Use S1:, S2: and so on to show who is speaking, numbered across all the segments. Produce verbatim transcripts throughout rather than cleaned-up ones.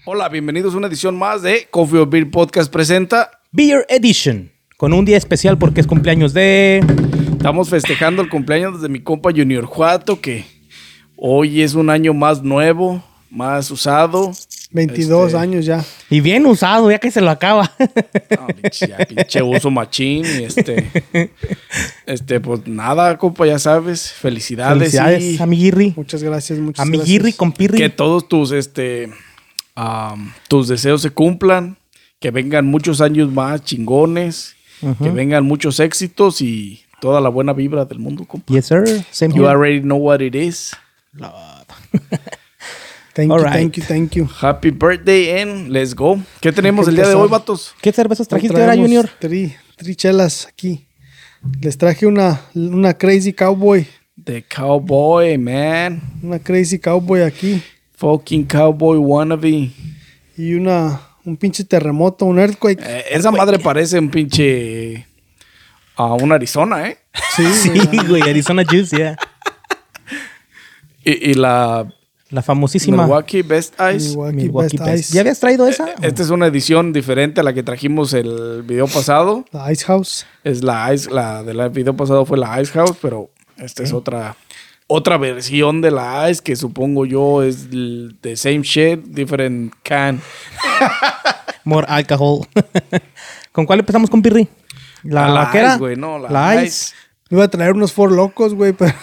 S1: Hola, bienvenidos a una edición más de Coffee or Beer Podcast presenta
S2: Beer Edition, con un día especial porque es cumpleaños de...
S1: Estamos festejando el cumpleaños de mi compa Junior Juato, que hoy es un año más nuevo, más usado.
S3: veintidós
S1: Este,
S3: años ya.
S2: Y bien usado, ya que se lo acaba.
S1: No, pinche, ya, pinche uso machín y este... Este, pues nada, compa, ya sabes. Felicidades.
S2: Felicidades,
S1: y
S2: amiguirri.
S3: Muchas gracias, muchas
S2: Amiguirri
S3: gracias.
S2: con pirri.
S1: que todos tus, este... um, tus deseos se cumplan. Que vengan muchos años más chingones.
S2: Ujú.
S1: Que vengan muchos éxitos y toda la buena vibra del mundo, compa.
S2: Yes, sir. Same
S1: You
S2: here.
S1: already know what it is.
S3: Thank
S2: All
S3: you,
S2: right.
S3: thank you, thank you.
S1: Happy birthday and let's go. ¿Qué tenemos el día de hoy, vatos?
S2: ¿Qué cervezas trajiste
S3: Hoy
S2: ahora,
S3: traemos
S2: Junior?
S3: Tri, tri chelas aquí. Les traje una, una Crazy Cowboy.
S1: The Cowboy, man.
S3: Una Crazy Cowboy aquí.
S1: Fucking Cowboy wannabe.
S3: Y una, un pinche terremoto, un earthquake.
S1: Eh, esa madre parece un pinche... A un Arizona, ¿eh?
S3: Sí,
S2: Sí, güey, Arizona Juice, ya.
S1: Y, y la
S2: La famosísima
S1: Milwaukee Best Ice.
S3: Milwaukee,
S2: Milwaukee
S3: Best
S2: Best.
S3: Ice.
S2: ¿Ya habías traído esa?
S1: Esta es una edición diferente a la que trajimos el video pasado.
S3: La Ice House.
S1: Es la Ice, la del video pasado fue la Ice House, pero esta es otra otra versión de la Ice que supongo yo es el- the same shit, different can.
S2: More alcohol. ¿Con cuál empezamos con pirri? La,
S1: la
S2: vaquera.
S1: Ice, güey, no, la,
S2: La
S1: Ice.
S2: Ice.
S3: Iba a traer unos Four Locos, güey, pero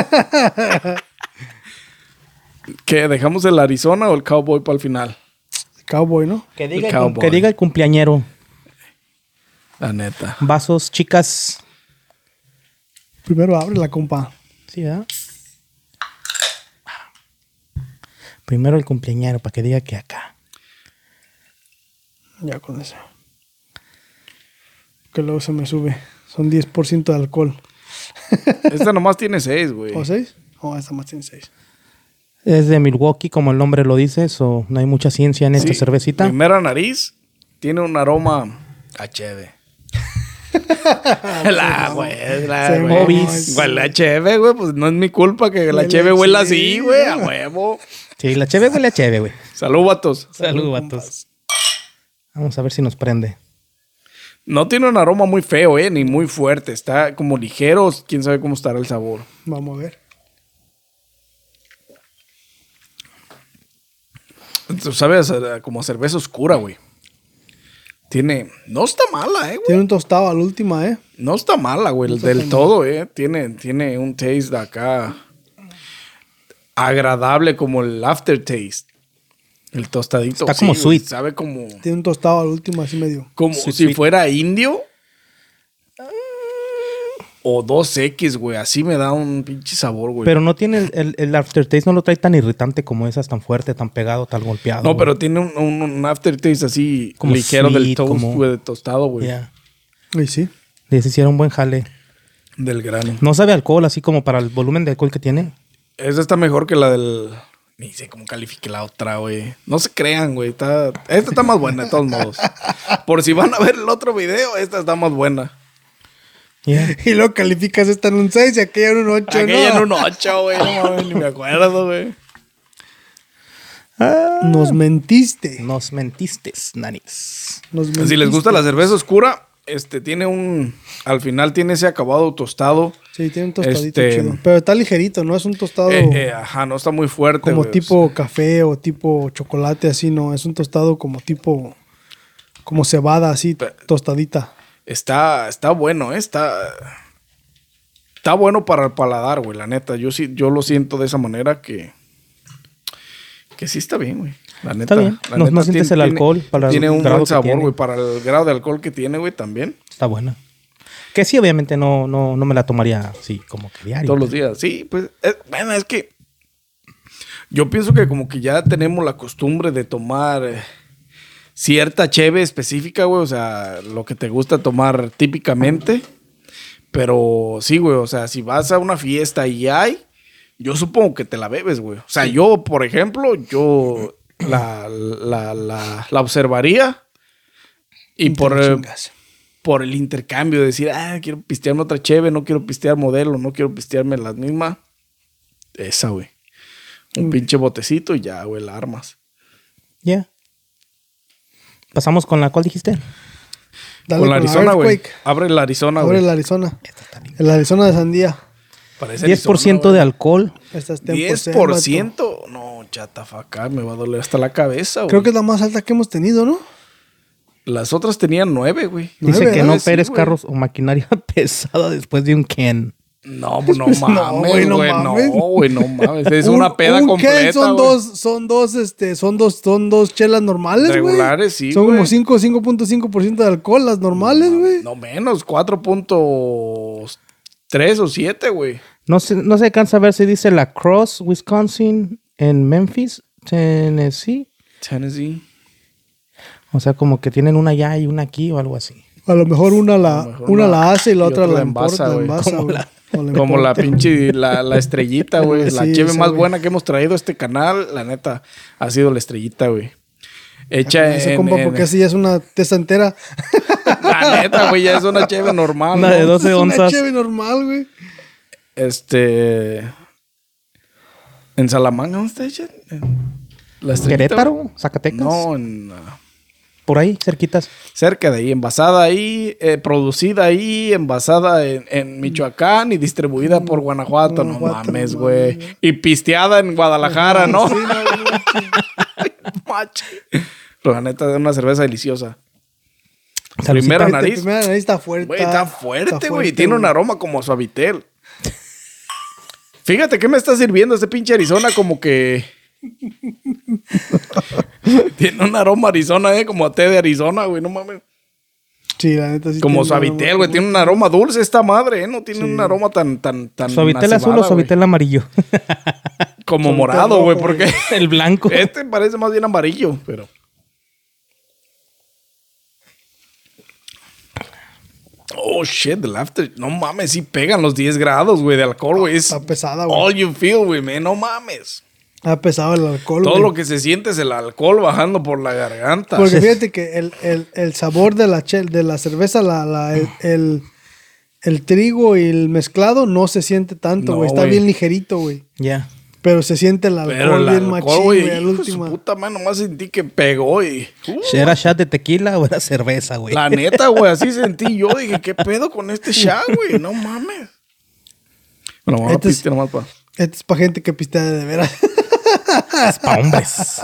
S1: ¿Qué? ¿Dejamos el Arizona o el Cowboy para el final?
S3: Cowboy, ¿no?
S2: Que diga,
S1: El
S2: el,
S1: cowboy.
S2: que diga el cumpleañero.
S1: La neta.
S2: Vasos, chicas.
S3: Primero abre la compa.
S2: Sí, ¿verdad? Primero el cumpleañero, para que diga que acá.
S3: Ya con eso. Que luego se me sube. Son diez por ciento de alcohol.
S1: Esta nomás tiene seis, güey.
S3: ¿O seis? Oh, esta más tiene seis.
S2: Es de Milwaukee, como el nombre lo dice, so no hay mucha ciencia en esta
S1: Sí,
S2: cervecita.
S1: Primera nariz, tiene un aroma a cheve. la güey, la
S3: Se
S1: güey.
S2: Obis.
S1: Güey, la cheve, güey, pues no es mi culpa que la
S3: Huele
S1: cheve huela
S3: así,
S1: así, güey, a huevo.
S2: Sí, la cheve huele a cheve, güey.
S1: Salud, vatos.
S2: Salud, vatos. Vamos a ver si nos prende.
S1: No tiene un aroma muy feo, eh, ni muy fuerte. Está como ligero, quién sabe cómo estará el sabor.
S3: Vamos a ver.
S1: Entonces, sabe a- como a cerveza oscura, güey. Tiene... No está mala, eh, güey.
S3: Tiene un tostado a la última, ¿eh?
S1: No está mala, güey,
S3: No está
S1: del
S3: tan
S1: todo, eh. Tiene, tiene un taste de acá agradable como el aftertaste. El tostadito.
S2: Está como
S1: güey,
S2: sweet.
S1: Sabe como,
S3: Tiene un tostado a la última, así medio.
S1: como
S2: Sweet,
S1: si
S2: sweet.
S1: fuera indio. O dos equis, güey. Así me da un pinche sabor, güey.
S2: Pero no tiene el, el, el aftertaste, no lo trae tan irritante como esas, tan fuerte, tan pegado, tan golpeado.
S1: No,
S2: güey.
S1: pero tiene un, un- un aftertaste así
S2: Como
S1: ligero del
S2: sweet,
S1: toast,
S2: como-
S1: güey, de tostado, güey.
S2: Ya.
S3: Y sí.
S2: Les hicieron un buen jale.
S1: Del grano.
S2: No sabe a alcohol, así como para el volumen de alcohol que tiene.
S1: Esa está mejor que la del... Ni sé cómo califique la otra, güey. No se crean, güey. Está... Esta está más buena, de todos modos. Por si van a ver el otro video, esta está más buena.
S2: Yeah.
S3: Y luego calificas esta en un seis y aquella en un ocho,
S1: Aquella
S3: ¿no?
S1: en un ocho, güey. No mames, ni me acuerdo, güey.
S3: Nos mentiste.
S2: Nos mentiste, nanis.
S3: Nos mentiste.
S1: Si les gusta la cerveza oscura, este tiene un... Al final tiene ese acabado tostado.
S3: Sí, tiene un tostadito
S1: Este-
S3: chido. Pero está ligerito, ¿no? Es un tostado
S1: Eh, eh, ajá, no está muy fuerte,
S3: como
S1: güey.
S3: tipo café o tipo chocolate, así, ¿no? Es un tostado como tipo... Como cebada, así,
S1: Pe-
S3: tostadita.
S1: Está, está bueno, ¿eh? Está... Está bueno para el paladar, güey, la neta. Yo sí, yo lo siento de esa manera que... Que sí está bien, güey. La neta.
S2: Está bien.
S1: la
S2: No-
S1: neta
S2: no sientes el alcohol para el
S1: Tiene un
S2: grado
S1: buen
S2: que
S1: sabor,
S2: tiene.
S1: güey. Para el grado de alcohol que tiene, güey, también.
S2: Está buena. Que sí, obviamente no, no, no me la tomaría así como que diario.
S1: Todos los días. Sí, pues... es- bueno, es que... Yo pienso que como que ya tenemos la costumbre de tomar... eh, cierta cheve específica, güey. O sea, lo que te gusta tomar típicamente. Pero sí, güey. O sea, si vas a una fiesta y hay... Yo supongo que te la bebes, güey. O sea, yo, por ejemplo, yo la, la, la, la observaría y
S3: te
S1: por,
S3: la
S1: eh,
S3: chingas.
S1: por el intercambio de decir, ah, quiero pistearme otra cheve, no quiero pistear modelo, no quiero pistearme la misma. Esa, güey. Un
S3: Mm.
S1: pinche botecito y ya, güey, la armas.
S2: Ya. Pasamos con la, ¿cuál dijiste?
S1: Dale con la Arizona, güey. Abre la Arizona, güey.
S3: Abre la Arizona. El Arizona de sandía.
S1: Parece
S2: diez por ciento
S1: Arizona,
S2: de alcohol.
S3: Esta es
S1: diez por ciento. No, chatafaca, me va a doler hasta la cabeza, güey.
S3: Creo que es la más alta que hemos tenido, ¿no?
S1: Las otras tenían nueve, güey.
S2: Dice
S3: Nueve,
S2: que
S3: ¿no?
S2: no
S1: Sí,
S2: operes
S1: güey.
S2: carros o maquinaria pesada después de un can.
S1: No, pues no mames,
S3: güey, no
S1: güey. No,
S3: mames.
S1: güey, no, mames. Es
S3: Un-
S1: una peda
S3: un
S1: completa,
S3: Ken son
S1: güey.
S3: dos, son dos, este, son dos, son dos chelas normales, güey.
S1: Regulares, sí,
S3: Son
S1: güey.
S3: como cinco, cinco punto cinco por ciento de alcohol, las normales, güey.
S1: No menos, cuatro punto tres o siete, güey.
S2: No se, no se cansa a ver si dice La Crosse, Wisconsin, en Memphis, Tennessee.
S1: Tennessee.
S2: O sea, como que tienen una allá y una aquí o algo así.
S3: A lo mejor una
S1: A
S3: la,
S1: lo mejor
S3: una
S1: la-
S3: la hace y la
S1: y
S3: otra
S1: otra
S3: la
S1: la envasa,
S3: importa, la
S1: güey.
S3: envasa,
S2: Como
S3: güey.
S2: la-
S3: O la
S1: Como la
S3: importa.
S1: pinche, la, la estrellita, güey. La
S3: Sí,
S1: cheve
S3: esa,
S1: más
S3: güey.
S1: buena que hemos traído a este canal, la neta, ha sido la estrellita, güey. Hecha
S3: Ese
S1: en,
S3: compa,
S1: en-
S3: porque así ya es una testa entera.
S1: La neta, güey, ya es una cheve normal,
S2: Una
S1: ¿no?
S2: de doce
S3: Es una
S2: onzas.
S3: cheve normal, güey.
S1: Este... ¿En Salamanca dónde está hecha? ¿En la estrellita?
S2: Querétaro, Zacatecas.
S1: No, en... ah,
S2: Por ahí, cerquitas.
S1: cerca de ahí, envasada ahí, eh, producida ahí, envasada en, en Michoacán y distribuida por Guanajuato. No
S3: Guanajuato,
S1: mames,
S3: no
S1: güey.
S3: mames.
S1: Y pisteada en Guadalajara, ¿no?
S3: Sí, no, no,
S1: Macho. Pero la neta, es una cerveza deliciosa.
S2: Saludcita.
S1: Primera
S3: Ahorita,
S1: nariz.
S3: primera nariz está fuerte.
S1: Güey, está fuerte, güey.
S3: fuerte,
S1: Tiene un
S3: güey.
S1: aroma como a suavitel. Fíjate que me está sirviendo este pinche Arizona como que... Tiene un aroma Arizona, eh, como a té de Arizona, güey, no mames.
S3: Sí, la neta sí.
S1: Como
S3: tiene
S1: suavitel,
S3: un
S1: güey.
S3: aroma-
S1: Tiene un aroma dulce esta madre, ¿eh? No tiene
S3: Sí.
S1: un aroma tan, tan, tan.
S2: ¿Suavitel azul
S1: acebada,
S2: o
S1: güey.
S2: suavitel amarillo?
S1: Como
S3: Suavitel
S1: morado, güey,
S3: rojo,
S1: porque
S2: El blanco.
S1: este parece más bien amarillo, pero. Oh shit, el after. No mames, sí pegan los diez grados, güey, de alcohol, güey. Es
S3: Está pesada, güey.
S1: all you feel, güey, man. No mames.
S3: Ha pesado el alcohol,
S1: Todo
S3: güey.
S1: lo que se siente es el alcohol bajando por la garganta.
S3: Porque fíjate que el, el, el sabor de la, chel- de la cerveza, la, la, el, el, el trigo y el mezclado no se siente tanto,
S1: No,
S3: güey. Está
S1: güey.
S3: bien ligerito, güey.
S2: Ya.
S3: Pero se siente el alcohol
S1: Pero el
S3: bien
S1: alcohol,
S3: machín,
S1: güey,
S3: güey, al
S1: hijo de su
S3: último.
S1: puta madre, nomás sentí que pegó y... Uh,
S2: ¿Era shot de tequila o era cerveza, güey?
S1: la neta, güey, así sentí yo. Dije, ¿qué pedo con este shot, güey? No mames. Bueno, vamos a
S3: Este es-
S1: pistear nomás pa.
S3: Este es para gente que pistea de veras.
S2: Es pa' hombres.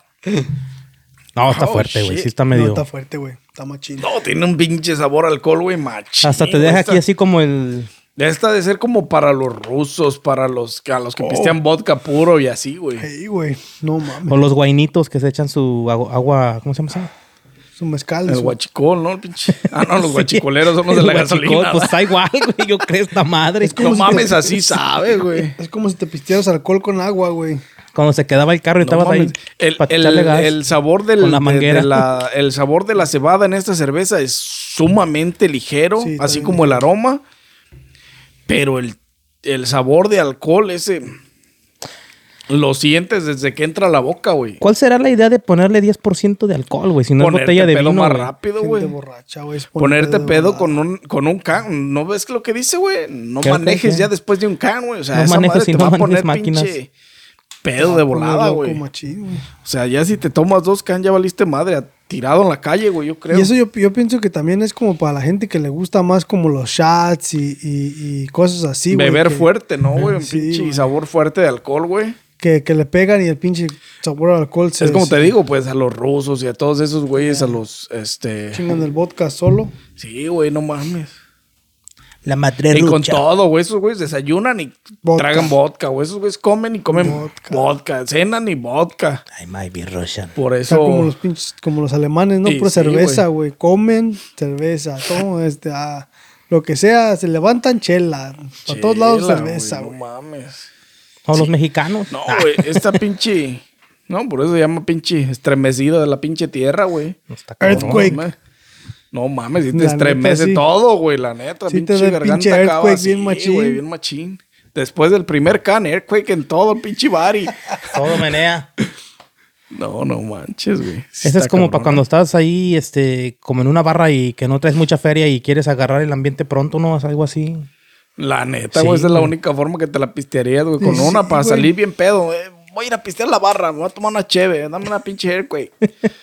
S2: No, está
S1: Oh,
S2: fuerte, güey.
S1: shit.
S2: Sí está
S3: No,
S2: medio...
S3: está fuerte, güey. Está machín.
S1: No, tiene un pinche sabor a alcohol, güey, machín.
S2: Hasta te
S1: güey.
S2: deja
S1: Esta-
S2: aquí así como el...
S1: Esta de ser como para los rusos, para los, a los que
S3: Oh.
S1: pistean vodka puro y así, güey.
S3: Ey, güey. No mames.
S2: O los guainitos que se echan su agua... agua- ¿Cómo se llama eso?
S3: Su mezcal.
S1: El
S3: su-
S1: guachicol, ¿no? El pinche... Ah, no, los
S2: Sí.
S1: guachicoleros son los de
S2: El
S1: la
S2: guachicol,
S1: gasolina.
S2: Pues
S1: ¿va?
S2: está igual, güey. Yo creo esta madre.
S3: Es como
S1: No
S3: si
S1: mames,
S3: te-
S1: así sabe, güey.
S3: Es como si te pistearas alcohol con agua, güey.
S2: Cuando se quedaba el carro y
S1: No
S2: estabas ahí
S1: mames. El,
S2: para
S1: el-
S2: echarle gas.
S1: el sabor del,
S2: con la
S1: de-
S2: manguera.
S1: de la, el sabor de la cebada en esta cerveza es sumamente ligero,
S3: Sí, está
S1: así
S3: bien
S1: como el aroma. Pero el, el sabor de alcohol, ese lo sientes desde que entra a la boca, güey.
S2: ¿Cuál será la idea de ponerle diez por ciento de alcohol, güey? Si no es
S1: Ponerte
S2: botella de
S1: pedo
S2: vino,
S1: más
S2: güey.
S1: rápido,
S3: Gente
S1: güey.
S3: borracha, güey. es
S1: Ponerte
S3: de
S1: pedo
S3: volada.
S1: con un, con un can. ¿No ves lo que dice, güey? No
S2: ¿Qué, qué,
S1: manejes
S2: qué?
S1: ya después de un can, güey. O sea,
S2: No
S1: esa
S2: manejes
S1: madre
S2: y
S1: te
S2: no
S1: va a
S2: manejes
S1: poner
S2: máquinas.
S1: pinche pedo
S3: Va
S1: de
S3: a poner
S1: volada,
S3: loco,
S1: güey.
S3: machín, güey.
S1: O sea, ya si te tomas dos can, ya valiste madre. a- Tirado en la calle, güey, yo creo.
S3: Y eso yo, yo pienso que también es como para la gente que le gusta más como los shots y, y, y cosas así, güey.
S1: Beber
S3: que-
S1: fuerte, ¿no, güey? Un
S3: Sí,
S1: pinche
S3: güey.
S1: sabor fuerte de alcohol, güey.
S3: Que, que le pegan y el pinche sabor al alcohol se...
S1: Es como te
S3: se
S1: digo, pues, a los rusos y a todos esos güeyes, a los, este...
S3: Chingan el vodka solo.
S1: Sí, güey, no mames.
S2: La madre
S1: Y con todo, güey, esos güeyes desayunan y
S3: Vodka.
S1: tragan vodka, güey. Esos güeyes comen y comen
S3: Vodka.
S1: vodka. Cenan y vodka.
S2: I might be Russian.
S1: Por
S3: O sea,
S1: eso...
S3: como los pinches, como los alemanes, ¿no?
S1: Sí,
S3: Pura
S1: sí,
S3: cerveza, güey. Comen cerveza, todo, este, ah, lo que sea, se levantan chela. Para todos lados
S1: Chela,
S3: cerveza,
S1: güey.
S3: güey.
S1: No mames.
S2: O los mexicanos.
S1: No, güey, esta pinche... No, por eso se llama pinche estremecido de la pinche tierra, güey.
S2: No está cabrón.
S3: Earthquake.
S1: No, mames. No mames, si te
S3: La neta,
S1: estremece
S3: sí.
S1: todo, güey, la neta.
S3: Sí te
S1: pinche
S3: da
S1: garganta
S3: pinche
S1: acaba
S3: earthquake
S1: así,
S3: bien machín.
S1: güey, bien machín. Después del primer can, earthquake en todo el pinche bari.
S2: Todo menea.
S1: No, no manches, güey. Sí
S2: Eso
S1: está
S2: es como para
S1: cabrón.
S2: cuando estás ahí, este, como en una barra y que no traes mucha feria y quieres agarrar el ambiente pronto, ¿no? Es algo así.
S1: La neta,
S2: Sí,
S1: güey, esa es la
S2: güey.
S1: única forma que te la pistearías, güey. Con
S3: Sí,
S1: una para
S3: güey.
S1: salir bien pedo. eh, voy a ir a pistear la barra, me voy a tomar una cheve, dame una pinche earthquake.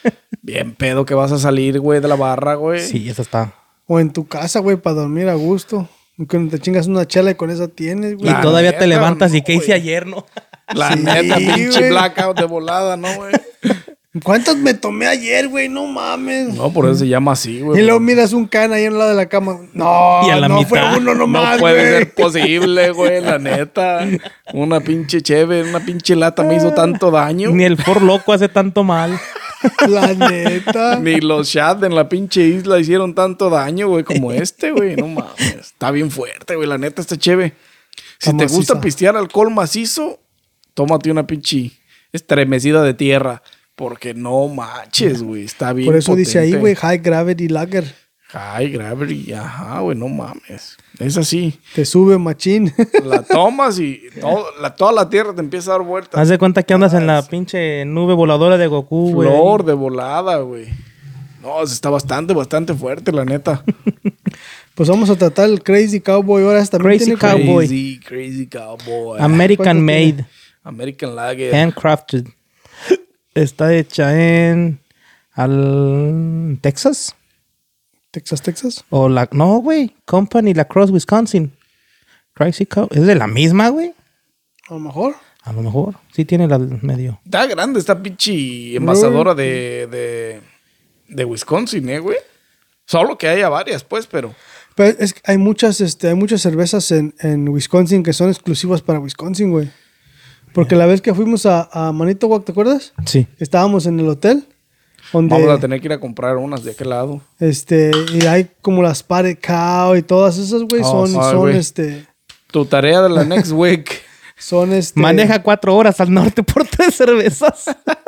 S1: Bien pedo que vas a salir, güey, de la barra, güey.
S2: Sí, esa está.
S3: O en tu casa, güey, para dormir a gusto. Cuando te chingas una chela y con esa tienes, güey.
S2: Y
S1: La
S2: todavía
S1: neta,
S2: te levantas
S1: no,
S2: y ¿qué hice
S1: güey.
S2: ayer, no?
S1: La
S3: Sí,
S1: neta, pinche
S3: güey.
S1: blackout de volada, ¿no, güey?
S3: ¿Cuántas me tomé ayer, güey? No mames.
S1: No, por eso se llama así, güey.
S3: Y luego miras un can ahí al lado de la cama. No,
S2: Y a la
S3: no
S2: mitad.
S3: fue uno nomás,
S1: No puede
S3: güey.
S1: ser posible, güey, la neta. Una pinche cheve, una pinche lata me hizo tanto daño.
S2: Ni el For Loco hace tanto mal.
S3: La neta.
S1: Ni los shots en la pinche isla hicieron tanto daño, güey, como este, güey. No mames. Está bien fuerte, güey. La neta, está chévere. Si
S3: Está
S1: te gusta
S3: maciza.
S1: pistear alcohol macizo, tómate una pinche estremecida de tierra. Porque no manches, güey. Está bien
S3: Por eso dice ahí,
S1: potente.
S3: güey, High Gravity Lager.
S1: High gravity. Ajá, güey, no mames. Es así.
S3: Te sube machín.
S1: La tomas y todo- la, toda la tierra te empieza a dar vueltas.
S2: Haz de cuenta que andas en la pinche nube voladora de Goku, güey.
S1: Flor de volada, güey. No, está bastante, bastante fuerte, la neta.
S3: Pues vamos a tratar el Crazy Cowboy. Ahora también
S2: Crazy
S3: tiene
S2: Cowboy.
S1: Crazy, crazy cowboy.
S2: American
S3: ¿Cuánto
S2: Made.
S1: American Lager.
S2: Handcrafted. Está hecha en... Al... Texas.
S3: Texas, Texas.
S2: O la... No, güey. Company La Crosse, Wisconsin. Crazy Cow. ¿Es de la misma, güey?
S3: A lo mejor.
S2: A lo mejor. Sí tiene la medio.
S1: Está grande esta pinche envasadora de, de, de Wisconsin, ¿eh, güey? Solo que haya varias, pues, pero...
S3: Pero es que hay muchas, este, hay muchas cervezas en, en Wisconsin que son exclusivas para Wisconsin, güey. Porque la vez que fuimos a, a Manitowoc, ¿te acuerdas?
S2: Sí.
S3: Estábamos en el hotel. Donde,
S1: Vamos a tener que ir a comprar unas de aquel lado.
S3: este, y hay como las Spotted Cow y todas esas, güey.
S1: Oh,
S3: son,
S1: ay,
S3: son,
S1: güey.
S3: este,
S1: Tu tarea de la next week.
S3: son, este.
S2: Maneja cuatro horas al norte por tres cervezas.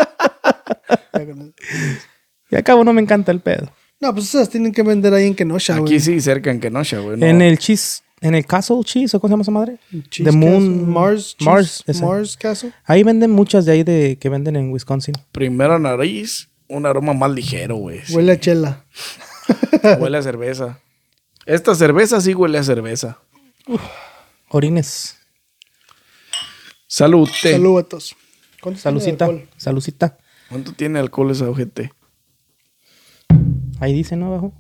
S2: Y al cabo no me encanta el pedo.
S3: No, pues esas tienen que vender ahí en Kenosha, güey.
S1: Aquí sí, cerca en Kenosha, güey. no.
S2: En el cheese... En el Castle Cheese, ¿o cómo se llama esa madre?
S3: Cheese
S2: The Moon...
S3: Castle, Mars, Cheese-
S2: Mars. ese.
S3: Mars Castle.
S2: Ahí venden muchas de ahí de que venden en Wisconsin.
S1: Primera nariz, un aroma más ligero, güey. Sí.
S3: Huele a chela.
S1: Huele a cerveza. Esta cerveza sí huele a cerveza.
S2: Orines.
S1: Salud.
S3: Salud a todos. ¿Cuánto tiene de
S2: Salucita.
S3: alcohol?
S2: Salucita.
S1: ¿Cuánto tiene alcohol esa ojete?
S2: Ahí dice, ¿no? Abajo.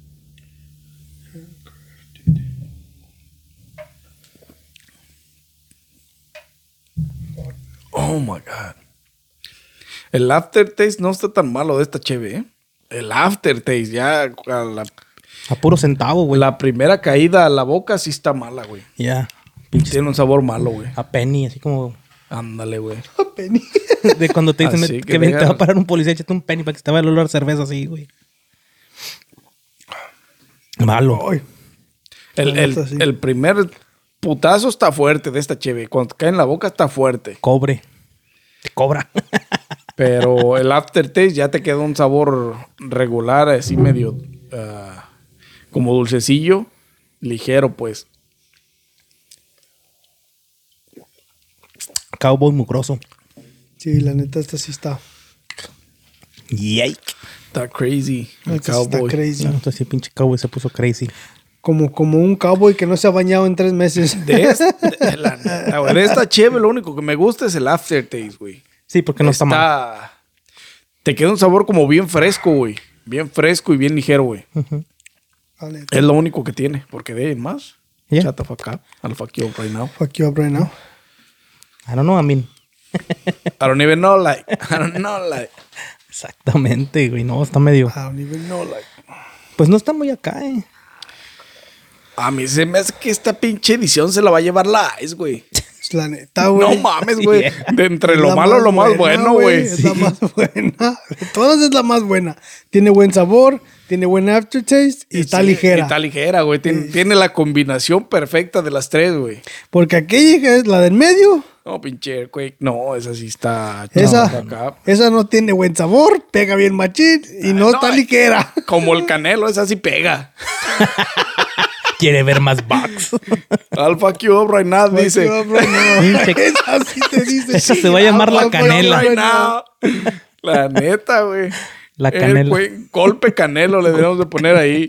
S1: Oh my God. El aftertaste no está tan malo de esta cheve, ¿eh? El aftertaste, ya a la,
S2: A puro centavo, güey.
S1: la primera caída a la boca sí está mala, güey.
S2: Ya. Pinches.
S1: Tiene un sabor malo, güey.
S2: A penny, así como...
S1: Ándale, güey.
S3: A penny.
S2: De cuando te dicen
S1: Así
S2: que,
S1: que
S2: ven, te
S1: deja-
S2: va a parar un policía, échate un penny para que te vaya el olor a cerveza así, güey. Malo.
S3: Ay,
S1: El,
S3: La
S1: el-
S3: neta, sí.
S1: el primer putazo está fuerte de esta cheve. Cuando cae en la boca está fuerte.
S2: Cobre. Te cobra.
S1: Pero el aftertaste ya te queda un sabor regular, así medio ah, como dulcecillo, ligero, pues.
S2: Cowboy mugroso.
S3: sí, la neta, esta sí está.
S2: Yike.
S1: Está crazy. El
S3: Esta sí está
S1: cowboy.
S3: crazy.
S2: No, entonces sí, pinche cowboy se puso crazy.
S3: Como, como un cowboy que no se ha bañado en tres meses.
S1: De, este- de la neta, güey, de esta cheve lo único que me gusta es el aftertaste, güey.
S2: Sí, porque no está, mal.
S1: Está... Te queda un sabor como bien fresco, güey. Bien fresco y bien ligero, güey.
S3: La neta.
S1: Es lo único que tiene. Porque de ahí en más.
S2: Yeah.
S1: Shut the fuck up. I'll fuck you up right now.
S3: Fuck you up right now.
S2: I don't know, I mean.
S1: I don't even know, like. I don't know, like.
S2: Exactamente, güey. No, está medio...
S3: I don't even know, like.
S2: Pues no está muy acá, eh.
S1: A mí se me hace que esta pinche edición se la va a llevar la Ice, güey.
S3: Es la neta, güey.
S1: No mames, güey.
S2: Yeah.
S1: De entre
S3: Es
S1: lo
S3: la
S1: malo, lo más
S3: buena,
S1: bueno, güey.
S3: Es la más buena. De todas es la más buena. Tiene buen sabor, tiene buen aftertaste y está
S1: Sí,
S3: ligera.
S1: Está ligera, güey. Tiene, tiene la combinación perfecta de las tres, güey.
S3: Porque aquella es la del medio.
S1: No, pinche Earthquake. No, esa sí está...
S3: Esa,
S1: acá.
S3: esa no tiene buen sabor, pega bien machín y no,
S1: no,
S3: está
S1: eh.
S3: ligera.
S1: Como el Canelo, esa sí pega.
S2: Quiere ver más bugs.
S1: I'll fuck you up right now, dice.
S3: Fuck you up right now.
S2: Pinche-
S3: Esa sí te dice.
S2: Esa se va a llamar la
S3: I'll fuck you up
S2: canela.
S1: Right
S3: right now.
S1: now. La neta, güey.
S2: La
S1: El
S2: canela.
S1: güey, golpe Canelo le debemos de poner ahí.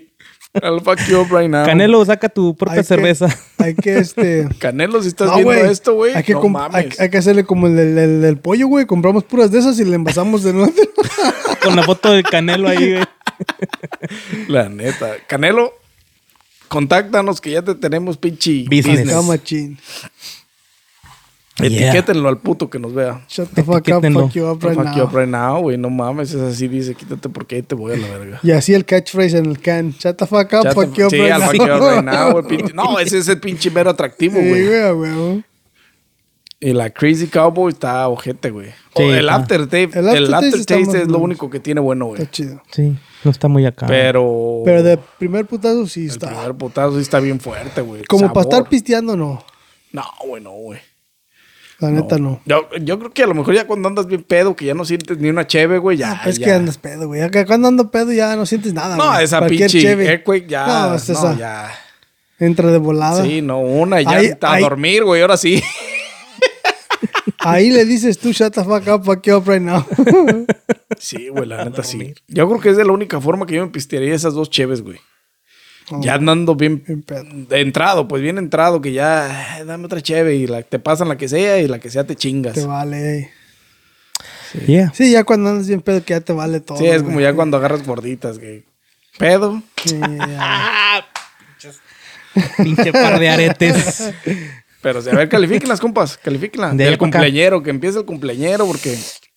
S1: I'll fuck you up right now.
S2: Canelo, saca tu propia
S3: Hay que-
S2: cerveza.
S3: Hay que, este...
S1: Canelo, si estás
S3: No,
S1: viendo
S3: güey.
S1: esto, güey,
S3: Hay, que
S1: no
S3: comp-
S1: mames.
S3: hay, hay que hacerle como el del el, el pollo, güey. Compramos puras de esas y le envasamos de nuevo.
S2: Con la foto del Canelo ahí, güey.
S1: La neta. Canelo, contáctanos que ya te tenemos pinche
S2: Business.
S1: business.
S3: Camachín.
S2: Yeah.
S1: Etiquétenlo al puto que nos vea.
S3: Shut the fuck up,
S2: Etiquétenlo.
S3: fuck you up right
S1: Fuck you
S3: now.
S1: up right now, güey. No mames, es así, dice, quítate porque ahí te voy a la verga.
S3: Y así el catchphrase en el can. Shut the fuck up,
S1: Ya te-
S3: fuck you up
S1: sí,
S3: right
S1: al
S3: now.
S1: fuck you up right now, güey, pinche- No, ese es el pinche mero atractivo,
S3: Sí,
S1: güey.
S3: güey, a huevo.
S1: Y la Crazy Cowboy está ojete, güey.
S2: Sí,
S1: O el
S2: está.
S1: aftertaste,
S3: El
S1: el
S3: aftertaste
S1: aftertaste
S3: está más
S1: es lo
S3: bueno.
S1: único que tiene bueno, güey.
S3: Está chido.
S2: Sí, no está muy acá.
S1: Pero...
S3: Pero de primer putazo sí
S1: El
S3: está.
S1: primer putazo sí está bien fuerte, güey.
S3: Como para
S1: Sabor.
S3: estar pisteando, no.
S1: No, güey, no, güey.
S3: La neta, no.
S1: Yo, yo creo que a lo mejor ya cuando andas bien pedo, que ya no sientes ni una cheve, güey, ya.
S3: Ah, pues es
S1: ya.
S3: que andas pedo, güey. Acá cuando ando pedo ya no sientes nada,
S1: No,
S3: güey.
S1: esa
S3: Cualquier
S1: pinche
S3: cheve.
S1: Earthquake ya.
S3: No,
S1: No,
S3: es esa.
S1: ya.
S3: Entra de volada.
S1: Sí, no, una ya
S3: Ahí-
S1: a
S3: ahí-
S1: dormir, güey, ahora sí.
S3: Ahí le dices tú, shut the fuck up, fuck you up right now.
S1: Sí, güey, la neta sí. Yo creo que es de la única forma que yo me pistearía esas dos cheves, güey.
S3: No,
S1: Ya andando bien
S3: bien pedo.
S1: entrado, pues bien entrado, que ya "Ay, dame otra cheve y la, te pasan la que sea y la que sea te chingas.
S3: Te vale.
S2: Yeah.
S3: Sí, ya cuando andas bien pedo que ya te vale todo.
S1: Sí, es como
S3: güey.
S1: ya cuando agarras gorditas, que pedo.
S3: Sí, ya.
S2: Pinche par de aretes.
S1: Pero sí, a ver, califíquenlas, compas, califíquenlas.
S2: De
S1: El
S2: allá pa' acá.
S1: cumpleañero, que empiece el cumpleañero, porque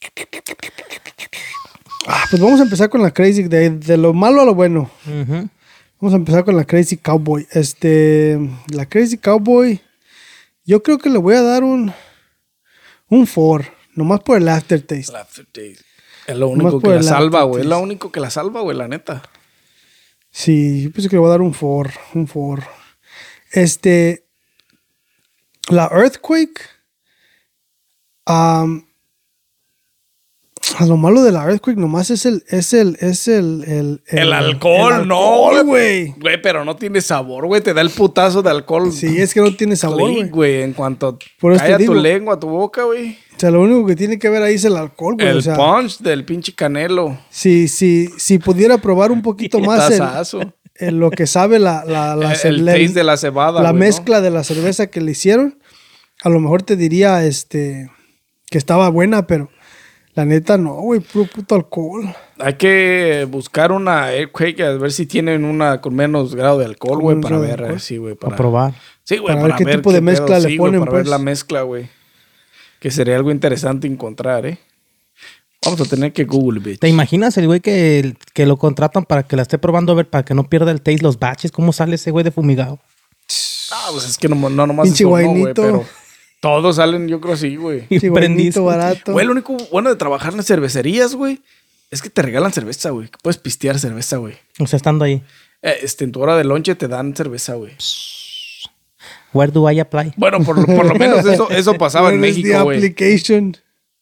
S3: Ah, pues vamos a empezar con la Crazy, de, de lo malo a lo bueno.
S2: Ujú.
S3: Vamos a empezar con la Crazy Cowboy. Este, la Crazy Cowboy, yo creo que le voy a dar un, un four, nomás por el aftertaste.
S1: el aftertaste es lo
S3: Nomás
S1: único que
S3: por
S1: la
S3: el
S1: salva, güey. Es lo
S3: aftertaste.
S1: único que la salva, güey, la neta.
S3: Sí, yo pienso que le voy a dar un four, un four. Este, la Earthquake, um, a lo malo de la Earthquake nomás es el, es el, es el, el,
S1: El, alcohol,
S3: el
S1: no,
S3: alcohol,
S1: güey.
S3: güey.
S1: Güey, pero no tiene sabor, güey. Te da el putazo de alcohol.
S3: Sí, es que no tiene sabor,
S1: Click,
S3: güey.
S1: güey. En cuanto
S3: Por eso
S1: cae
S3: te
S1: a tu
S3: digo.
S1: lengua, a tu boca, güey.
S3: O sea, lo único que tiene que ver ahí es el alcohol, güey.
S1: El
S3: O sea,
S1: punch del pinche Canelo.
S3: si, si, si pudiera probar un poquito más el,
S1: Tazazo.
S3: el lo que sabe la, la, la,
S1: El, el
S3: la-
S1: taste de la cebada,
S3: la
S1: güey, ¿no?
S3: mezcla de la cerveza que le hicieron, a lo mejor te diría este que estaba buena, pero la neta no, güey, puro puto alcohol.
S1: Hay que buscar una Earthquake a ver si tienen una con menos grado de alcohol,
S3: Con
S1: güey,
S3: menos
S1: para
S3: grado de
S1: ver,
S3: alcohol.
S1: eh, sí, güey,
S2: A
S1: para
S2: probar.
S1: Sí, güey,
S3: Para ver qué tipo de
S1: pedo,
S3: mezcla le
S1: sí, güey,
S3: ponen,
S1: para ver
S3: pues.
S1: la mezcla, güey. Que sería algo interesante encontrar, ¿eh? Vamos a tener que Google, bitch.
S2: ¿Te imaginas el güey que, que lo contratan para que la esté probando a ver, para que no pierda el taste, los baches? ¿Cómo sale ese güey de fumigado?
S1: Ah, pues es que no, no nomás
S3: Pinche
S1: eso, no, güey,
S3: guainito.
S1: pero todos salen, yo creo así, güey.
S2: Y
S3: Chihuahuito
S2: prendizo.
S3: barato.
S1: Güey, lo único bueno de trabajar en las cervecerías, güey, es que te regalan cerveza, güey. Que puedes pistear cerveza, güey.
S2: O sea, estando ahí.
S1: Eh, este, en tu hora de lonche te dan cerveza, güey.
S2: Where do I apply?
S1: Bueno, por, lo- por lo menos eso, eso pasaba en
S3: Where is the
S1: México, güey.
S3: application?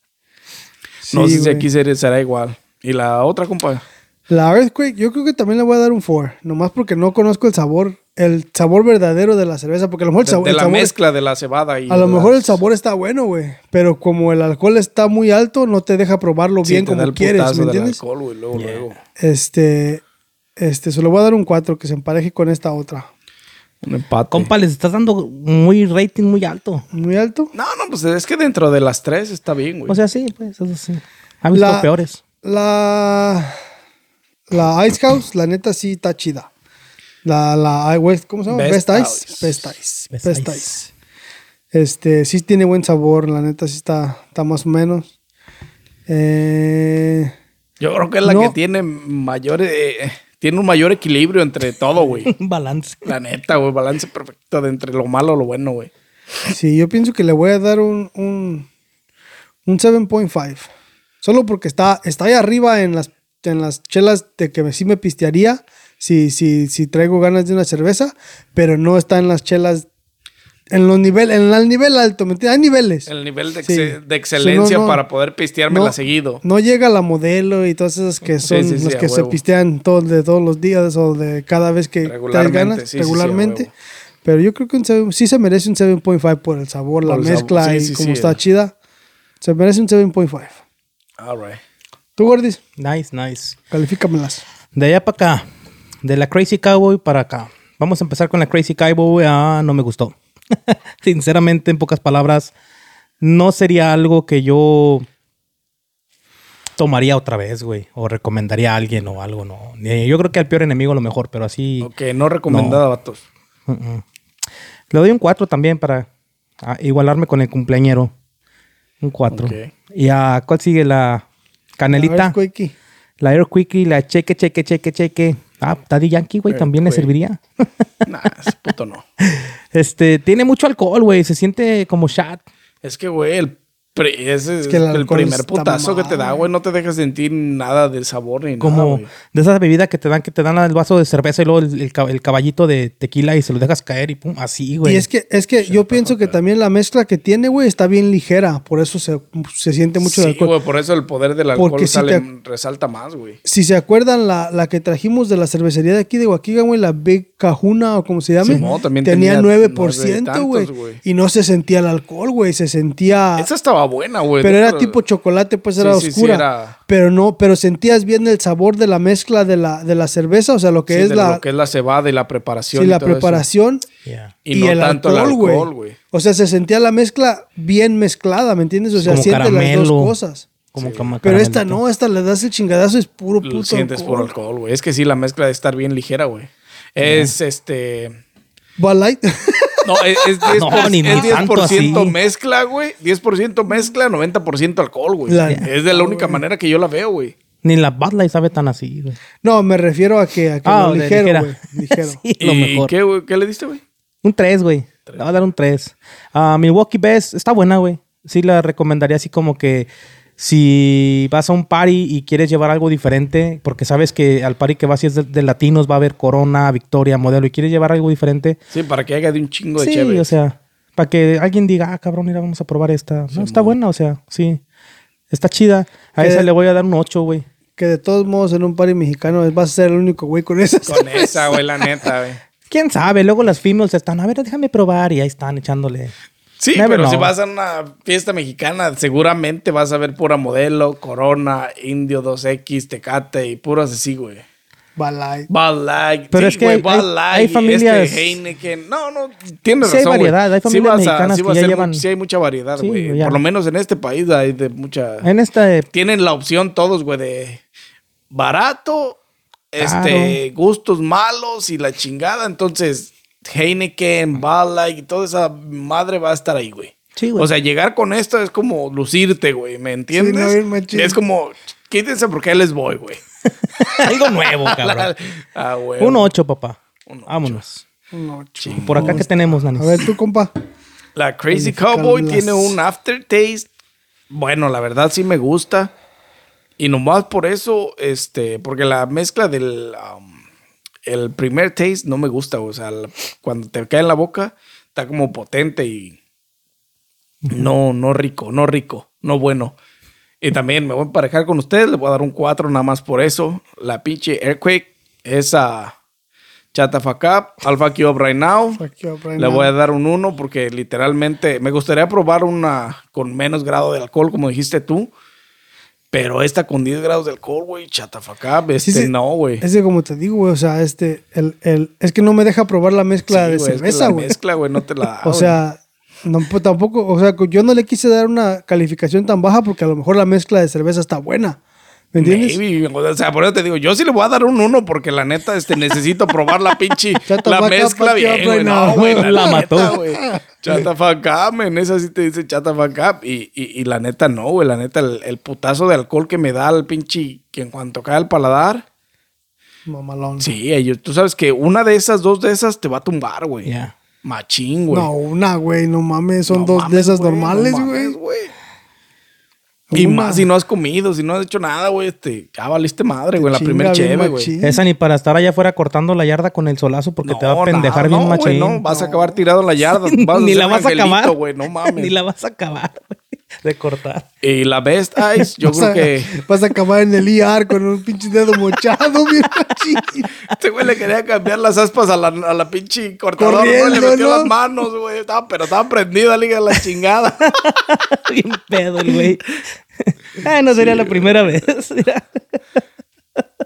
S1: No
S3: Sí,
S1: sé si
S3: güey.
S1: aquí será, será igual. Y la otra, compa.
S3: La Earthquake, yo creo que también le voy a dar un four, nomás porque no conozco el sabor, el sabor verdadero de la cerveza, porque a lo mejor el
S1: De,
S3: sabor,
S1: de
S3: el
S1: la
S3: sabor es-
S1: mezcla de la cebada y
S3: a lo
S1: las-
S3: mejor el sabor está bueno, güey, pero como el alcohol está muy alto, no te deja probarlo
S1: Sí,
S3: bien
S1: te da
S3: como
S1: el
S3: quieres,
S1: putazo
S3: ¿me
S1: del
S3: entiendes?
S1: alcohol, güey, luego, luego.
S3: Este, este, se lo voy a dar un cuatro, que se empareje con esta otra.
S1: Un empate.
S2: Compa, les estás dando muy rating muy alto.
S3: Muy alto.
S1: No, no, pues es que dentro de las tres está bien, güey.
S2: O sea, sí, pues, eso sí. Ha visto
S3: La-
S2: peores.
S3: La, la Ice House, la neta sí está chida. La, la West, ¿cómo se llama?
S1: Best
S3: Best,
S1: Ice.
S3: Ice. Best Ice.
S2: Best
S3: Best,
S2: Ice.
S3: Ice. Este, sí tiene buen sabor, la neta sí está, está más o menos. Eh,
S1: Yo creo que es la
S3: no.
S1: que tiene mayor... eh, tiene un mayor equilibrio entre todo, güey.
S2: Un balance.
S1: La neta, güey. Balance perfecto de entre lo malo y lo bueno, güey.
S3: sí, yo pienso que le voy a dar un, un, un siete punto cinco. Solo porque está, está ahí arriba en las, en las chelas de que sí me pistearía si, si, si traigo ganas de una cerveza, pero no está en las chelas en los niveles, en el nivel alto, ¿me entiendes? Hay niveles.
S1: El nivel de,
S3: Sí.
S1: exe- de excelencia
S3: Sí, no, no.
S1: para poder pisteármela
S3: No,
S1: seguido.
S3: No llega la modelo y todas esas que son
S1: sí, sí,
S3: las
S1: a
S3: que se
S1: huevo.
S3: pistean todo, de todos los días o de cada vez que traes
S1: Regularmente,
S3: ganas,
S1: sí, sí, sí, a
S3: regularmente.
S1: huevo.
S3: Pero yo creo que un siete sí se merece un siete punto cinco por el sabor, la
S1: Por el sabor,
S3: mezcla
S1: sí,
S3: y
S1: sí,
S3: como
S1: sí,
S3: está
S1: eh.
S3: chida. Se merece un siete punto cinco.
S1: All right.
S3: Tú, Gordis,
S2: Nice, nice.
S3: califícamelas.
S2: De allá para acá. de la Crazy Cowboy para acá. Vamos a empezar con la Crazy Cowboy. Ah, no me gustó. Sinceramente, en pocas palabras, no sería algo que yo tomaría otra vez, güey. O recomendaría a alguien o algo, no. Yo creo que al peor enemigo lo mejor, pero así...
S1: Ok, no recomendada, no. Vatos.
S2: Uh-uh. Le doy un cuatro también para ah, igualarme con el cumpleañero. Un cuatro. Okay. ¿Y a cuál sigue? La Canelita. La
S3: Airquake.
S2: La Airquake, la Cheque, Cheque, Cheque, Cheque. Ah, Daddy Yankee, güey, también le serviría.
S1: Nah, ese puto no.
S2: Este, tiene mucho alcohol, güey. Se siente como shot.
S1: Es que, güey, el, pre- ese es, es que el, el primer putazo mal, que te da, güey. No te deja sentir nada de sabor ni
S2: como
S1: nada, Como
S2: de esas bebidas que te dan, que te dan el vaso de cerveza y luego el, el, el caballito de tequila y se lo dejas caer y pum, así, güey.
S3: Y es que, es que yo pienso que también la mezcla que tiene, güey, está bien ligera. Por eso se, se siente mucho
S1: sí,
S3: el alcohol.
S1: Güey, por eso el poder del alcohol
S3: Porque
S1: sale,
S3: si te,
S1: resalta más, güey.
S3: Si se acuerdan, la, la que trajimos de la cervecería de aquí de Waukegan, güey, la Big Kahuna o como se llame,
S1: sí, no, también
S3: tenía, tenía nueve por ciento, güey. Y no se sentía el alcohol, güey. Se sentía...
S1: Esa estaba buena, güey.
S3: Pero era tipo chocolate, pues era sí, oscura. Sí, sí, era... Pero no, pero sentías bien el sabor de la mezcla de la, de la cerveza, o sea, lo que
S1: sí,
S3: es
S1: de
S3: la...
S1: lo que es la cebada y la preparación.
S3: Sí, y la preparación
S1: yeah. y, y no
S3: el
S1: tanto
S3: alcohol,
S1: el alcohol, güey.
S3: O sea, se sentía la mezcla bien mezclada, ¿me entiendes? O sea,
S2: como
S3: siente
S2: caramelo,
S3: las dos cosas.
S2: Como
S1: sí.
S3: Pero esta no, esta le das el chingadazo, es puro puto
S1: lo sientes
S3: alcohol.
S1: puro alcohol, güey. Es que sí, la mezcla debe estar bien ligera, güey. Es yeah. este...
S3: Bud Light.
S1: No, es, es diez por ciento,
S2: no, ni
S1: es diez por ciento
S2: así.
S1: mezcla, güey. diez por ciento mezcla, noventa por ciento alcohol, güey. La... Es de la única oh, manera que yo la veo, güey.
S2: Ni la Bud Light sabe tan así, güey.
S3: No, me refiero a que, a que
S2: ah,
S3: lo ligero, güey. Ligero.
S2: Sí, lo
S1: ¿Y
S2: mejor.
S1: ¿Qué, güey? ¿Qué le diste, güey?
S2: Un tres, güey. Le voy a dar un tres. Uh, Milwaukee Best está buena, güey. Sí la recomendaría así como que si vas a un party y quieres llevar algo diferente, porque sabes que al party que vas si es de, de latinos va a haber Corona, Victoria, Modelo, y quieres llevar algo diferente.
S1: Sí, para que haga de un chingo de
S2: sí,
S1: chévere.
S2: Sí, o sea, para que alguien diga, ah, cabrón, mira, vamos a probar esta. Sí, no, está buena, o sea, sí. Está chida. A esa le voy a dar un ocho, güey.
S3: Que de todos modos en un party mexicano vas a ser el único güey con esa.
S1: Con esa, güey, la neta, güey.
S2: ¿Quién sabe? Luego las females están, a ver, déjame probar, y ahí están echándole...
S1: Sí,
S2: Never
S1: pero
S2: know.
S1: Si vas a una fiesta mexicana, seguramente vas a ver pura Modelo, Corona, Indio dos equis, Tecate y puras así, güey.
S3: Bud Light.
S1: Bud Light.
S2: Pero
S1: sí,
S2: es que
S1: güey,
S2: hay,
S1: Bud
S2: hay,
S1: Light,
S2: hay familias...
S1: Este Heineken. No, no, tienes
S2: sí
S1: razón,
S2: hay variedad.
S1: Wey.
S2: Hay familias sí mexicanas
S1: sí
S2: que ya
S1: ser,
S2: llevan...
S1: Sí hay mucha variedad, güey. Sí, por lo menos en este país hay de mucha...
S2: En esta... De...
S1: Tienen la opción todos, güey, de barato, este, claro. Gustos malos y la chingada. Entonces, Heineken, Bud Light y toda esa madre va a estar ahí, güey.
S2: Sí,
S1: o sea, llegar con esto es como lucirte, güey, ¿me entiendes? Sí, no, es como, quítense porque ahí les voy, güey.
S2: Algo nuevo, cabrón.
S1: Ah, güey.
S2: Un ocho, papá.
S1: Un ocho.
S2: Vámonos.
S3: Un ocho.
S2: Por acá, ¿qué tenemos, Nani?
S3: A ver, tú, compa.
S1: La Crazy Cowboy las... tiene un aftertaste. Bueno, la verdad sí me gusta. Y nomás por eso, este, porque la mezcla del um, el primer taste no me gusta, o sea, la, cuando te cae en la boca, está como potente y no, no rico, no rico, no bueno. Y también me voy a emparejar con ustedes, le voy a dar un cuatro nada más por eso. La pinche Airquake, esa Shut the fuck up, I'll fuck you up right now.
S3: Fuck you up right
S1: le
S3: now.
S1: voy a dar un uno porque literalmente me gustaría probar una con menos grado de alcohol, como dijiste tú. Pero esta con diez grados de alcohol, güey, shut the fuck up, este
S3: Sí, sí.
S1: no, güey.
S3: Es que como te digo, güey, o sea, este, el, el, es que no me deja probar la mezcla
S1: Sí,
S3: de
S1: güey, es que
S3: cerveza,
S1: la
S3: güey.
S1: mezcla, güey, no te la da,
S3: O
S1: güey.
S3: sea, no, pues, tampoco, o sea, yo no le quise dar una calificación tan baja porque a lo mejor la mezcla de cerveza está buena. ¿Me entiendes?
S1: Maybe, o sea, por eso te digo, yo sí le voy a dar un uno porque la neta, este, necesito probar la pinche,
S3: Chata
S1: la
S3: vaca,
S1: mezcla
S3: fuck
S1: bien,
S3: you up
S1: güey.
S3: right
S1: No,
S3: now.
S1: güey, la,
S2: La
S1: neta,
S2: mató.
S1: güey. Chata fuck up, man. Esa sí te dice chata fuck up. Y, y, y la neta no, güey. La neta, el, el putazo de alcohol que me da el pinche, que en cuanto cae el paladar.
S3: Mamalón.
S1: Sí, ellos, tú sabes que una de esas, dos de esas te va a tumbar, güey.
S2: Yeah.
S1: Machín, güey.
S3: No, una, güey, no mames, son
S1: No
S3: dos
S1: mames,
S3: de esas
S1: güey,
S3: normales,
S1: no
S3: güey.
S1: mames, Y
S3: Una.
S1: más si no has comido, si no has hecho nada, güey, este, ya valiste madre, güey, la
S3: Chinga
S1: primer
S3: bien
S1: cheve, güey.
S3: machín.
S2: Esa ni para estar allá afuera cortando la yarda con el solazo porque te va a pendejar
S1: nada,
S2: bien
S1: no,
S2: machín.
S1: güey, no, vas a acabar tirado en la yarda. Vas
S2: Ni
S1: ser
S2: la
S1: un
S2: vas a
S1: angelito,
S2: acabar.
S1: güey, no mames.
S2: Ni la vas a acabar, güey, de cortar.
S1: Y la Best Ice, yo
S3: Vas
S1: creo
S3: a-
S1: que
S3: Vas a acabar en el I R con un pinche dedo mochado, bien machín.
S1: este güey le quería cambiar las aspas a la, a la pinche cortador, ¿no?
S3: Corriendo,
S1: Le metió
S3: ¿no?
S1: las manos, güey. Estaba, pero estaba prendida, liga la chingada.
S2: Bien pedo el güey. Ay, no sería la primera vez. Mira.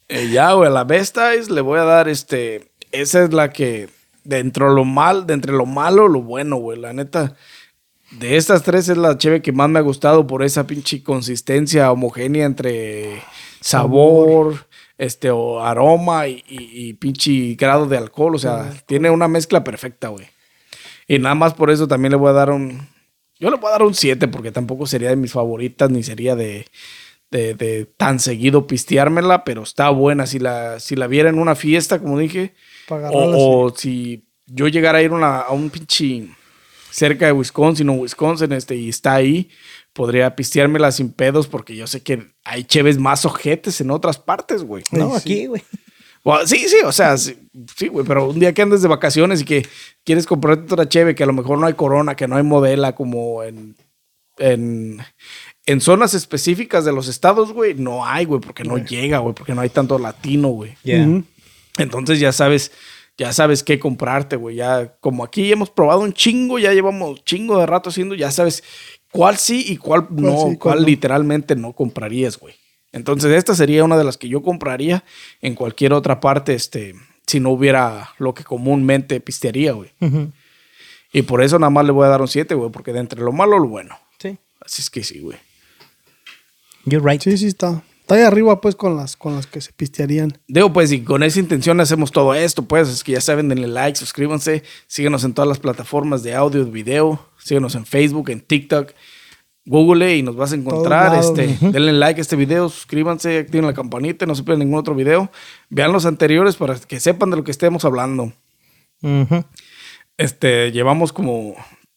S1: Eh, ya, güey, a la Best Eyes le voy a dar este... Esa es la que... Dentro de lo mal, de entre lo malo, lo bueno, güey. La neta, de estas tres es la cheve que más me ha gustado por esa pinche consistencia homogénea entre sabor, sabor. este, o aroma y, y, y pinche grado de alcohol. O sea, sí, tiene una mezcla perfecta, güey. Y nada más por eso también le voy a dar un... Yo le voy a dar un siete porque tampoco sería de mis favoritas ni sería de... De, de tan seguido pisteármela, pero está buena. Si la, si la viera en una fiesta, como dije, o, o si yo llegara a ir una, a un pinche cerca de Wisconsin o Wisconsin este, y está ahí, podría pisteármela sin pedos porque yo sé que hay cheves más ojetes en otras partes, güey.
S2: No,
S1: sí,
S2: aquí, güey.
S1: Well, sí, sí, o sea, sí, sí, güey, pero un día que andes de vacaciones y que quieres comprarte otra cheve, que a lo mejor no hay Corona, que no hay Modela como en... en En zonas específicas de los estados, güey, no hay, güey, porque no yeah. llega, güey, porque no hay tanto latino, güey.
S2: Yeah.
S1: Uh-huh. Entonces ya sabes, ya sabes qué comprarte, güey. Ya, como aquí hemos probado un chingo, ya llevamos chingo de rato haciendo, ya sabes cuál sí y cuál no, cuál, sí, cuál, cuál no. literalmente no comprarías, güey. Entonces esta sería una de las que yo compraría en cualquier otra parte, este, si no hubiera lo que comúnmente pistearía, güey. Uh-huh. Y por eso nada más le voy a dar un siete, güey, porque de entre lo malo, lo bueno.
S2: Sí.
S1: Así es que sí, güey.
S2: You're right.
S3: Sí, sí, está. Está ahí arriba, pues, con las, con las que se pistearían.
S1: Digo, pues, y con esa intención hacemos todo esto, pues. Es que ya saben, denle like, suscríbanse. Síguenos en todas las plataformas de audio, de video. Síguenos en Facebook, en TikTok. Google y nos vas a encontrar.
S3: Lados,
S1: este, uh-huh. Denle like a este video, suscríbanse, activen la campanita, no se pierdan ningún otro video. Vean los anteriores para que sepan de lo que estemos hablando.
S2: Uh-huh.
S1: Este, llevamos como...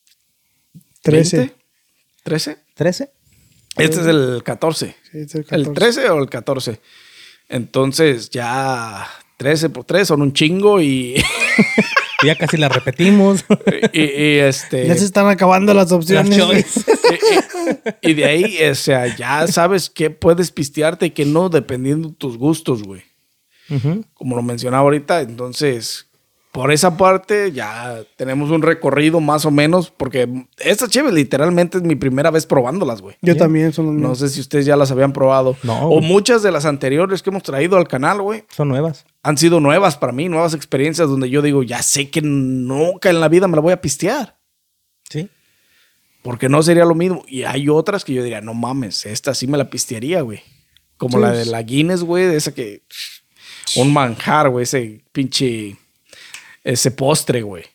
S3: trece.
S1: ¿veinte? ¿trece?
S2: ¿trece?
S1: Este es el catorce.
S3: Sí, es el catorce.
S1: ¿El trece o el catorce? Entonces ya trece por tres son un chingo y...
S2: ya casi la repetimos.
S1: y, y este...
S3: Ya se están acabando las opciones.
S2: Las
S1: y, y, y de ahí, o sea, ya sabes qué puedes pistearte y qué no, dependiendo de tus gustos, güey. Uh-huh. Como lo mencionaba ahorita, entonces... Por esa parte ya tenemos un recorrido más o menos, porque estas cheves literalmente es mi primera vez probándolas, güey.
S3: Yo yeah. también son los
S1: No sé si ustedes ya las habían probado.
S2: No.
S1: O muchas de las anteriores que hemos traído al canal, güey.
S2: Son nuevas.
S1: Han sido nuevas para mí, nuevas experiencias donde yo digo, ya sé que nunca en la vida me la voy a pistear.
S2: Sí.
S1: Porque no sería lo mismo. Y hay otras que yo diría, no mames, esta sí me la pistearía, güey. Como sí. la de la Guinness, güey, de esa que... Un manjar, güey, ese pinche... Ese postre, güey.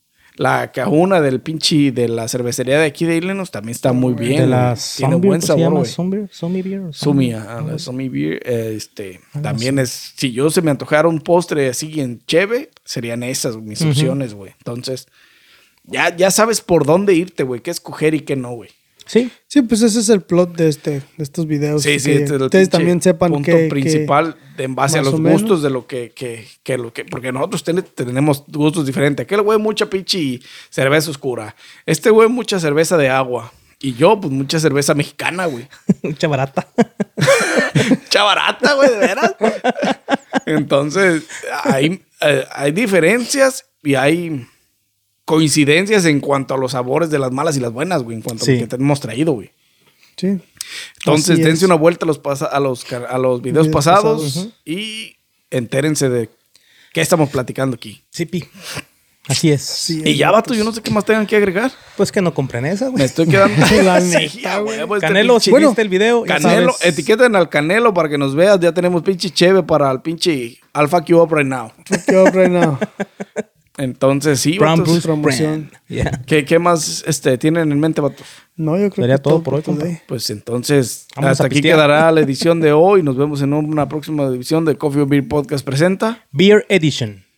S1: La cajuna del pinche de la cervecería de aquí de Illinois también está muy bien.
S2: De la
S1: Tiene buen sabor, güey.
S2: Sumi, Sumi Beer.
S1: Sumi, ah, la Sumi Beer. Eh, este, ah, también no sé. es... Si yo se me antojara un postre así en cheve, serían esas mis uh-huh. opciones, güey. Entonces, ya, ya sabes por dónde irte, güey. Qué escoger y qué no, güey.
S2: Sí.
S3: Sí, pues ese es el plot de este de estos videos.
S1: Sí, sí. Este
S3: ustedes también sepan
S1: punto
S3: que...
S1: principal
S3: que,
S1: en base a los gustos de lo que... que, que, lo que porque nosotros ten, tenemos gustos diferentes. Aquel güey mucha pinche cerveza oscura. Este güey mucha cerveza de agua. Y yo, pues, mucha cerveza mexicana, güey.
S2: Mucha barata.
S1: Mucha barata, güey, de veras. Entonces, hay, hay diferencias y hay... coincidencias en cuanto a los sabores de las malas y las buenas, güey, en cuanto sí. a lo que te hemos traído, güey.
S3: Sí.
S1: Entonces, Así dense es. una vuelta a los, pasa- a los, a los videos Videos pasados, pasados uh-huh. y entérense de qué estamos platicando aquí.
S2: Sí, pi. Así es.
S3: Sí,
S1: y ya, vato, yo no sé qué más tengan que agregar.
S2: Pues que no compren esa, güey.
S1: Me estoy quedando...
S3: La neta, güey.
S2: Canelo, si bueno, viste el video,
S1: Canelo, etiqueten al Canelo para que nos veas. Ya tenemos pinche cheve para el pinche I'll fuck you up right now.
S3: Fuck you up right now.
S1: Entonces, sí,
S2: Brown
S1: vatos.
S2: Bruce
S3: promoción.
S2: Yeah.
S1: ¿Qué, ¿Qué más este, tienen en mente, vatos?
S3: No, yo creo
S2: Sería
S3: que
S2: todo por hoy, compa.
S1: Pues entonces,
S2: Vamos
S1: hasta
S2: a
S1: aquí
S2: pistear.
S1: quedará la edición de hoy. Nos vemos en una próxima edición de Coffee or Beer Podcast presenta
S2: Beer Edition.